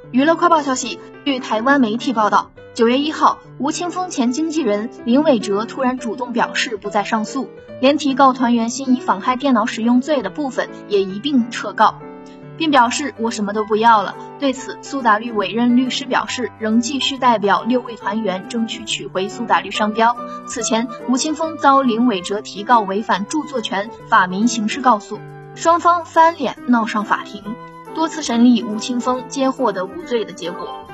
娱乐快报消息，据台湾媒体报道，9月1号，吴青峰前经纪人林伟哲突然主动表示不再上诉，连提告团员心仪妨害电脑使用罪的部分也一并撤告，并表示我什么都不要了。对此，苏打绿委任律师表示，仍继续代表6位团员争取取回苏打绿商标。此前，吴青峰遭林伟哲提告违反著作权法民刑事告诉，双方翻脸闹上法庭，多次审理吴青峰皆获得无罪的结果。